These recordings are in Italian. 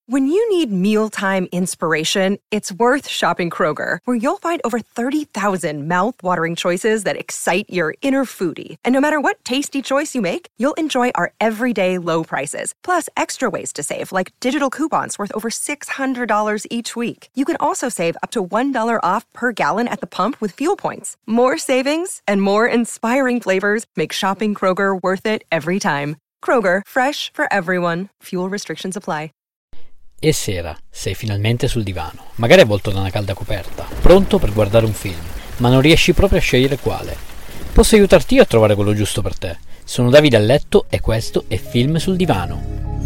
When you need mealtime inspiration, it's worth shopping Kroger, where you'll find over 30,000 mouth-watering choices that excite your inner foodie. And no matter what tasty choice you make, you'll enjoy our everyday low prices, plus extra ways to save, like digital coupons worth over $600 each week. You can also save up to $1 off per gallon at the pump with fuel points. More savings and more inspiring flavors make shopping Kroger worth it every time. Kroger, fresh for everyone. Fuel restrictions apply. E sera, sei finalmente sul divano, magari avvolto da una calda coperta, pronto per guardare un film, ma non riesci proprio a scegliere quale. Posso aiutarti io a trovare quello giusto per te. Sono Davide a letto e questo è Film sul divano.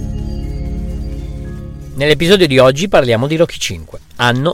Nell'episodio di oggi parliamo di Rocky 5, anno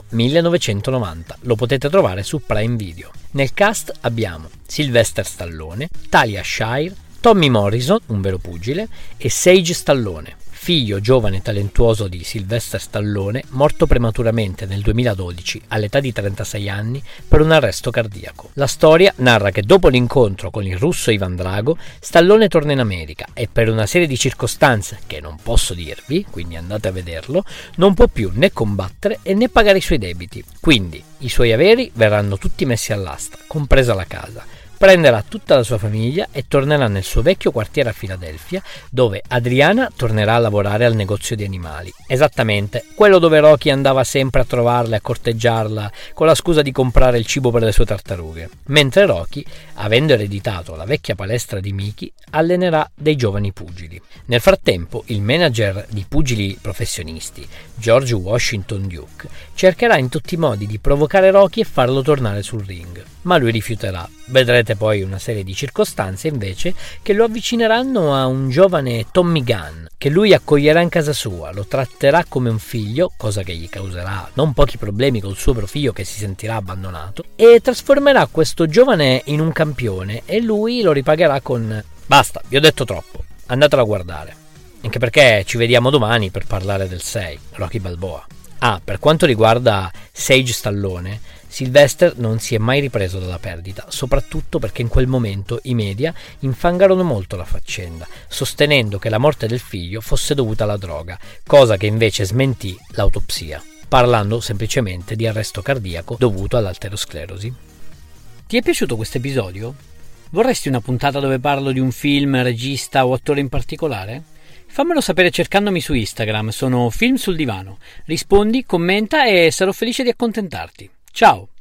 1990. Lo potete trovare su Prime Video. Nel cast abbiamo Sylvester Stallone, Talia Shire, Tommy Morrison, un vero pugile, e Sage Stallone, figlio giovane e talentuoso di Sylvester Stallone, morto prematuramente nel 2012 all'età di 36 anni per un arresto cardiaco. La storia narra che dopo l'incontro con il russo Ivan Drago, Stallone torna in America e per una serie di circostanze che non posso dirvi, quindi andate a vederlo, non può più né combattere e né pagare i suoi debiti. Quindi i suoi averi verranno tutti messi all'asta, compresa la casa. Prenderà tutta la sua famiglia e tornerà nel suo vecchio quartiere a Filadelfia, dove Adriana tornerà a lavorare al negozio di animali. Esattamente, quello dove Rocky andava sempre a trovarla e a corteggiarla con la scusa di comprare il cibo per le sue tartarughe. Mentre Rocky, avendo ereditato la vecchia palestra di Mickey, allenerà dei giovani pugili. Nel frattempo, il manager di pugili professionisti, George Washington Duke, cercherà in tutti i modi di provocare Rocky e farlo tornare sul ring, ma lui rifiuterà. Vedrete poi una serie di circostanze invece che lo avvicineranno a un giovane Tommy Gunn, che lui accoglierà in casa sua, lo tratterà come un figlio, cosa che gli causerà non pochi problemi col suo figlio che si sentirà abbandonato, e trasformerà questo giovane in un campione e lui lo ripagherà con «Basta, vi ho detto troppo, andatelo a guardare». Anche perché ci vediamo domani per parlare del 6, Rocky Balboa. Per quanto riguarda Sage Stallone, Sylvester non si è mai ripreso dalla perdita, soprattutto perché in quel momento i media infangarono molto la faccenda, sostenendo che la morte del figlio fosse dovuta alla droga, cosa che invece smentì l'autopsia, parlando semplicemente di arresto cardiaco dovuto all'arteriosclerosi. Ti è piaciuto questo episodio? Vorresti una puntata dove parlo di un film, regista o attore in particolare? Fammelo sapere cercandomi su Instagram, sono Film sul Divano. Rispondi, commenta e sarò felice di accontentarti. Ciao!